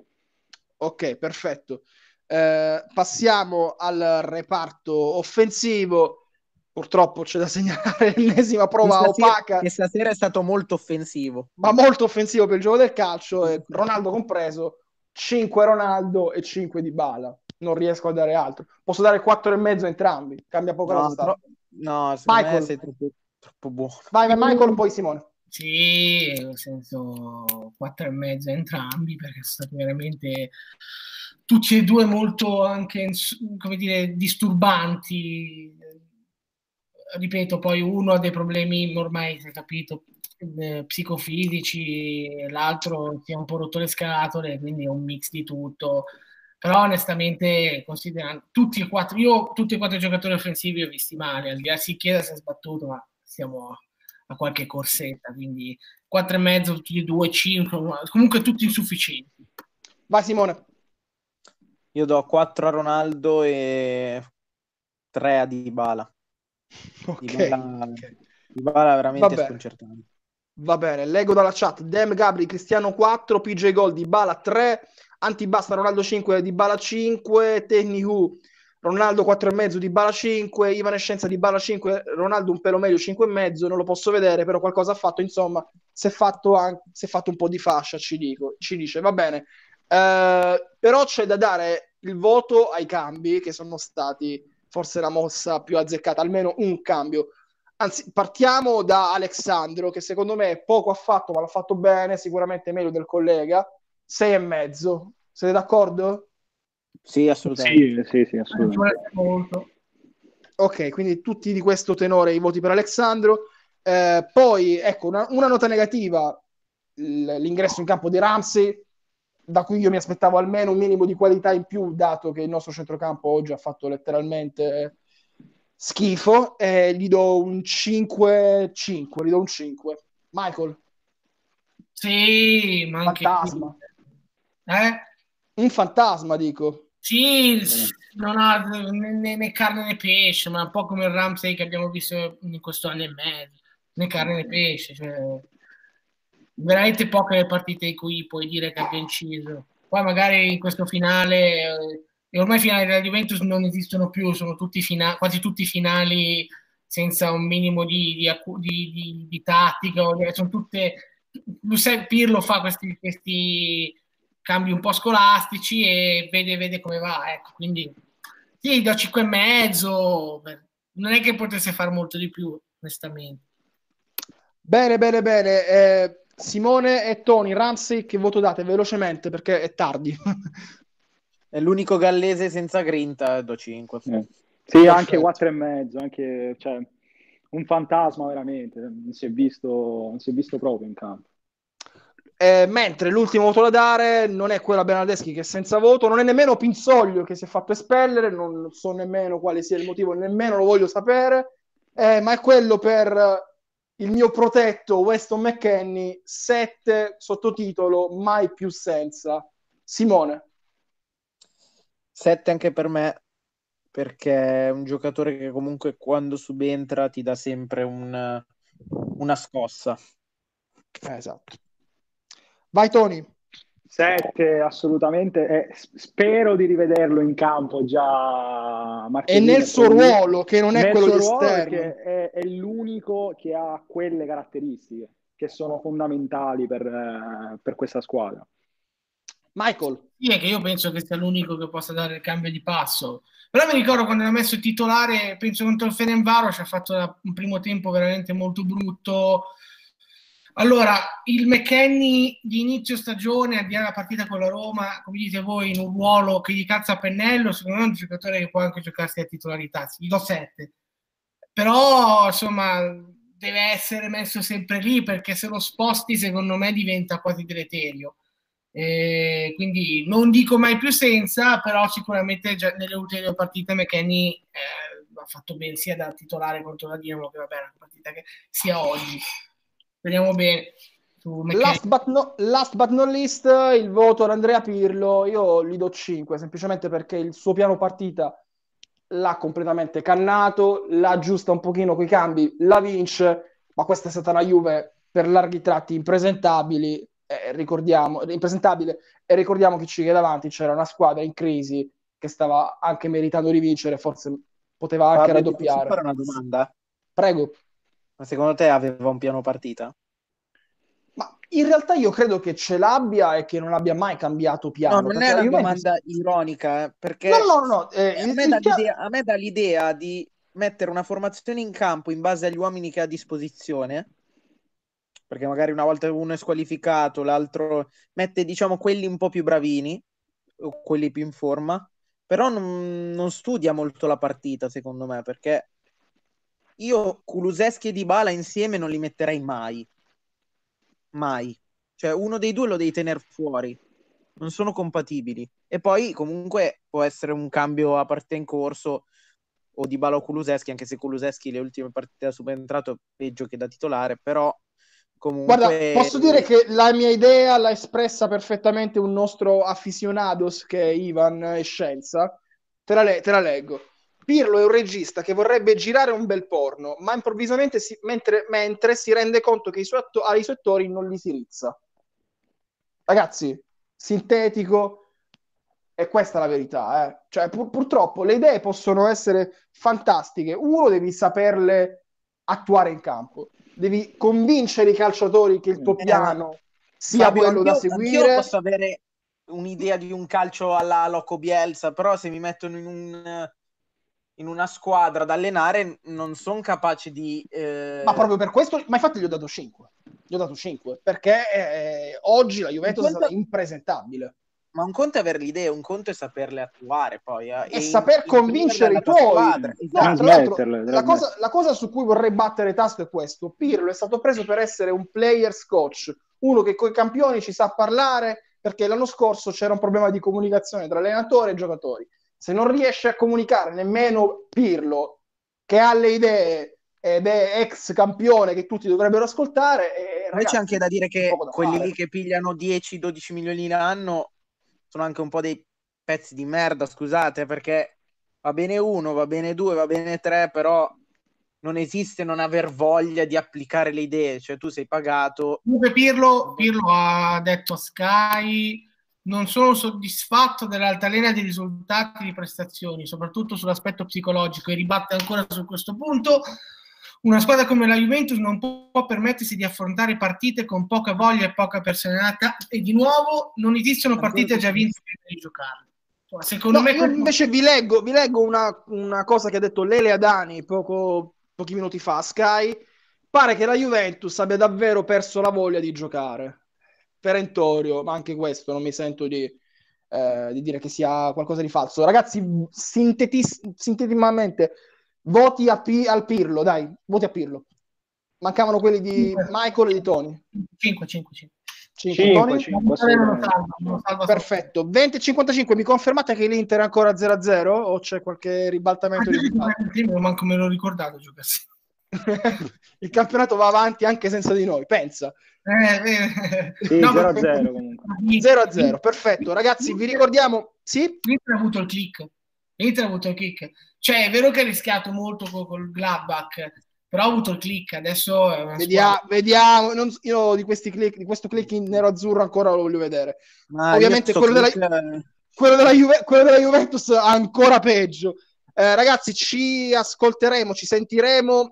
Ok, perfetto. Eh, passiamo al reparto offensivo. Purtroppo c'è da segnalare l'ennesima prova questa opaca. Sera, questa sera è stato molto offensivo. Ma molto offensivo per il gioco del calcio, eh, Ronaldo compreso, cinque Ronaldo e cinque Dybala. Non riesco a dare altro. Posso dare quattro e mezzo a entrambi, cambia poco no, la sostanza. Tro- no, secondo Michael. me sei troppo, troppo buono. Vai, vai Michael, poi Simone. Sì, nel senso quattro e mezzo a entrambi, perché sono stati veramente tutti e due molto anche, come dire, disturbanti. Ripeto, poi uno ha dei problemi, ormai si è capito, eh, psicofisici, l'altro si è un po' rotto le scatole, quindi è un mix di tutto. Però onestamente, considerando tutti e quattro, io tutti e quattro i giocatori offensivi ho visti male, al di là si Chiesa si è sbattuto, ma siamo a qualche corsetta, quindi quattro e mezzo, tutti e due, cinque, comunque tutti insufficienti. Vai Simone. Io do quattro a Ronaldo e tre a Dybala. Ok, Dybala, okay. Dybala è veramente sconcertante. Va bene, leggo dalla chat. Dem Gabri, Cristiano quattro, P J Gol, Dybala tre, Antibasta Ronaldo cinque, Dybala cinque, Tecnicu Ronaldo quattro e mezzo, Dybala cinque, Ivanescenza Dybala cinque, Ronaldo un pelo meglio cinque e mezzo, non lo posso vedere, però qualcosa ha fatto, insomma, si è fatto, anche, si è fatto un po' di fascia, ci, dico, ci dice, va bene. Uh, però c'è da dare il voto ai cambi che sono stati forse la mossa più azzeccata, almeno un cambio. Anzi, partiamo da Alexandro, che secondo me poco ha fatto, ma l'ha fatto bene, sicuramente meglio del collega. Sei e mezzo. Siete d'accordo? Sì, assolutamente. Sì, sì, sì, assolutamente. Ok, quindi tutti di questo tenore i voti per Alexandro. Eh, poi, ecco, una, una nota negativa, l'ingresso in campo di Ramsey, da cui io mi aspettavo almeno un minimo di qualità in più, dato che il nostro centrocampo oggi ha fatto letteralmente schifo. Eh, gli do un cinque cinque, gli do un cinque. Michael? Sì, ma anche fantasma. Eh? Un fantasma, dico. Sì, non ha né, né carne né pesce, ma un po' come il Ramsey che abbiamo visto in questo anno e mezzo, né carne né pesce, cioè veramente poche le partite in cui puoi dire che abbia inciso. Poi magari in questo finale, eh, e ormai i finali della Juventus non esistono più, sono tutti finali, quasi tutti finali senza un minimo di, di, di, di, di tattica, sono tutte Pirlo fa questi, questi cambi un po' scolastici e vede, vede come va, ecco, quindi sì, do cinque e mezzo, non è che potesse fare molto di più, onestamente. Bene, bene, bene. Eh, Simone e Tony, Ramsey, che voto date? Velocemente, perché è tardi. È l'unico gallese senza grinta, do cinque. Eh. Sì, perfetto. Anche quattro e mezzo, anche, cioè, un fantasma veramente, non si è visto, non si è visto proprio in campo. Eh, mentre l'ultimo voto da dare non è quello a Bernardeschi, che è senza voto, non è nemmeno Pinsoglio che si è fatto espellere, non so nemmeno quale sia il motivo, nemmeno lo voglio sapere, eh, ma è quello per il mio protetto Weston McKennie, sette, sottotitolo Mai più senza. Simone. sette anche per me, perché è un giocatore che comunque quando subentra ti dà sempre un, una scossa. Eh, esatto. Vai Tony. sette assolutamente, eh, spero di rivederlo in campo già e nel suo ruolo, che non è quello di esterno, perché è, è l'unico che ha quelle caratteristiche che sono fondamentali per, eh, per questa squadra. Michael. Sì, è che io penso che sia l'unico che possa dare il cambio di passo, però mi ricordo quando l'ha messo il titolare, penso contro il Ferencváros, ha fatto un primo tempo veramente molto brutto. Allora, il McKennie di inizio stagione, al di là della partita con la Roma, come dite voi, in un ruolo che gli calza a pennello, secondo me è un giocatore che può anche giocarsi a titolarità, gli do sette. Però, insomma, deve essere messo sempre lì, perché se lo sposti, secondo me, diventa quasi deleterio. Eh, quindi non dico mai più senza, però sicuramente già nelle ultime due partite McKennie eh, ha fatto bene sia da titolare contro la Dinamo che va bene la partita che sia oggi. Speriamo bene. Last but, no, last but not least, il voto ad Andrea Pirlo, io gli do cinque, semplicemente perché il suo piano partita l'ha completamente cannato, la aggiusta un pochino coi cambi, la vince, ma questa è stata una Juve per larghi tratti impresentabili, eh, ricordiamo, impresentabile, e ricordiamo che ci che davanti c'era una squadra in crisi che stava anche meritando di vincere, forse poteva anche Fabio, raddoppiare. posso fare una domanda? Prego. Ma secondo te aveva un piano partita? Ma in realtà io credo che ce l'abbia e che non abbia mai cambiato piano. No, non è una Juventus... domanda ironica, eh, perché no, no, no, eh, a, me dà l'idea, a me dà l'idea di mettere una formazione in campo in base agli uomini che ha a disposizione, perché magari una volta uno è squalificato, l'altro mette, diciamo, quelli un po' più bravini, o quelli più in forma, però non, non studia molto la partita, secondo me, perché io Kulusevski e Dybala insieme non li metterei mai. Mai. Cioè uno dei due lo devi tenere fuori. Non sono compatibili. E poi comunque può essere un cambio a partita in corso o Dybala o Kulusevski, anche se Kulusevski le ultime partite da subentrato è peggio che da titolare, però comunque... Guarda, posso dire che la mia idea l'ha espressa perfettamente un nostro aficionados che è Ivan e Scienza. Te la, le- te la leggo. Pirlo è un regista che vorrebbe girare un bel porno, ma improvvisamente si, mentre, mentre si rende conto che i suoi atto- ai suoi attori non li si rizza. Ragazzi, sintetico, e questa è la verità. Eh. Cioè, pur- purtroppo le idee possono essere fantastiche. Uno, devi saperle attuare in campo. Devi convincere i calciatori che il tuo Eh, piano sia Fabio, quello da anch'io, seguire. anch'io posso avere un'idea di un calcio alla Loco Bielsa, però se mi mettono in, un, in una squadra da allenare non sono capace di... Eh... Ma proprio per questo, ma infatti gli ho dato cinque. Gli ho dato cinque, perché eh, oggi la Juventus conto... è stata impresentabile. Ma un conto è avere l'idea, un conto è saperle attuare poi. Eh, e, e saper in, convincere i tuoi. No, esatto. tra l'altro, la cosa, la cosa su cui vorrei battere tasto è questo. Pirlo è stato preso per essere un players coach, uno che con i campioni ci sa parlare, perché l'anno scorso c'era un problema di comunicazione tra allenatore e giocatori. Se non riesce a comunicare nemmeno Pirlo, che ha le idee ed è ex campione che tutti dovrebbero ascoltare, eh, poi c'è anche da dire che da quelli fare. lì che pigliano dieci dodici milioni l'anno sono anche un po' dei pezzi di merda, scusate, perché va bene uno, va bene due, va bene tre, però non esiste non aver voglia di applicare le idee, cioè tu sei pagato. Comunque Pirlo, Pirlo ha detto a Sky: non sono soddisfatto dell'altalena dei risultati di prestazioni, soprattutto sull'aspetto psicologico, e ribatte ancora su questo punto. Una squadra come la Juventus non può permettersi di affrontare partite con poca voglia e poca personalità, e di nuovo non esistono partite già vinte per di giocare. Secondo no, me io questo... invece vi leggo, vi leggo una, una cosa che ha detto Lele Adani poco, pochi minuti fa a Sky. Pare che la Juventus abbia davvero perso la voglia di giocare. Perentorio, ma anche questo non mi sento di, eh, di dire che sia qualcosa di falso. Ragazzi, sintetis- sinteticamente, voti a P- al Pirlo, dai, voti a Pirlo. Mancavano quelli di Michael e di Tony. cinque, cinque, cinque. cinque, cinque, assolutamente. Perfetto. venti e cinquantacinque, mi confermate che l'Inter è ancora zero a zero o c'è qualche ribaltamento di risultato? Manco me l'ho ricordato giocassi. Il campionato va avanti anche senza di noi, pensa. Eh, eh. Sì, No, zero a zero comunque. zero a zero, perfetto. Ragazzi, vi ricordiamo... Sì? L'Inter ha avuto il click. L'Inter ha avuto il click. Cioè, è vero che ha rischiato molto col, col Gladbach, però ha avuto il click. Adesso è una Vediamo, vediamo. Non, io di questi click, di questo click in nero-azzurro ancora lo voglio vedere. Ma ovviamente quello click... della, quello, della Juve, quello della Juventus ancora peggio. Eh, ragazzi, ci ascolteremo, ci sentiremo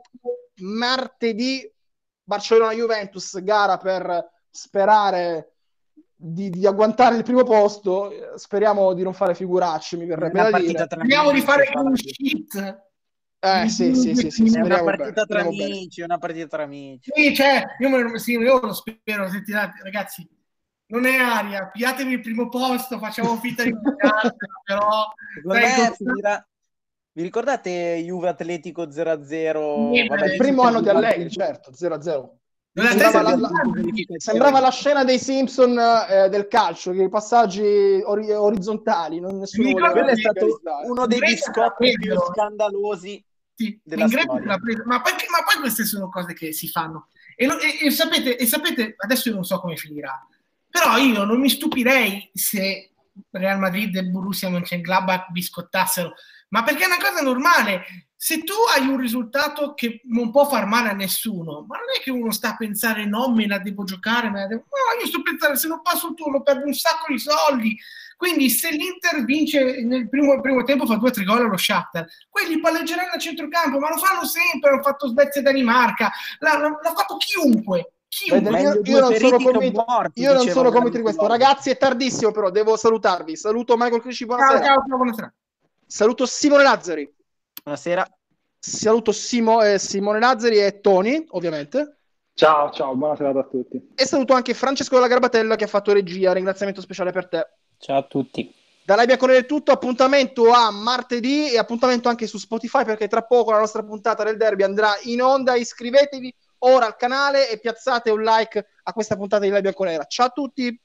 martedì. Barcellona-Juventus, gara per sperare di, di agguantare il primo posto. Speriamo di non fare figuracce, mi verrebbe da dire. Speriamo di fare un shit. Eh sì, sì, sì, sì, una partita tra amici, una partita tra amici. Sì, cioè, io, me, sì, io lo spero, sentirate, ragazzi, non è aria, pigliatevi il primo posto, facciamo finta di giocare, però... Dai, finirà... Vi ricordate Juve Atletico zero a zero? Sì, vabbè, il primo anno di Allegri, certo, zero a zero. Sembrava la, la, sembrava la scena dei Simpson eh, del calcio, che i passaggi ori- orizzontali, non nessuno voleva. Quello è stato uno dei biscotti più scandalosi sì, della storia. Ma poi, ma poi queste sono cose che si fanno. E, lo, e, e, sapete, e sapete, adesso io non so come finirà, però io non mi stupirei se Real Madrid e Borussia Mönchengladbach biscottassero, ma perché è una cosa normale. Se tu hai un risultato che non può far male a nessuno, ma non è che uno sta a pensare no, me la devo giocare, me la devo... no, io sto a pensare se non passo il turno perdo un sacco di soldi. Quindi se l'Inter vince nel primo, primo tempo, fa due o tre gol allo Shakhtar, quelli palleggeranno a centrocampo, ma lo fanno sempre, hanno fatto Svezia e Danimarca, l'ha, l'ha fatto chiunque. Chiunque. Io, io non sono convinto, morti, io non sono convinto di questo. Ragazzi, è tardissimo, però devo salutarvi. Saluto Michael Crisci, buonasera. Ciao, ciao, ciao, buonasera. Saluto Simone Lazzari. Buonasera. Saluto Simo, eh, Simone Lazzari e Tony, ovviamente. Ciao, ciao, buonasera a tutti. E saluto anche Francesco della Garbatella che ha fatto regia. Ringraziamento speciale per te. Ciao a tutti. Da Lai Bianconeri è tutto, appuntamento a martedì e appuntamento anche su Spotify perché tra poco la nostra puntata del derby andrà in onda. Iscrivetevi ora al canale e piazzate un like a questa puntata di Lai Bianconera. Ciao a tutti.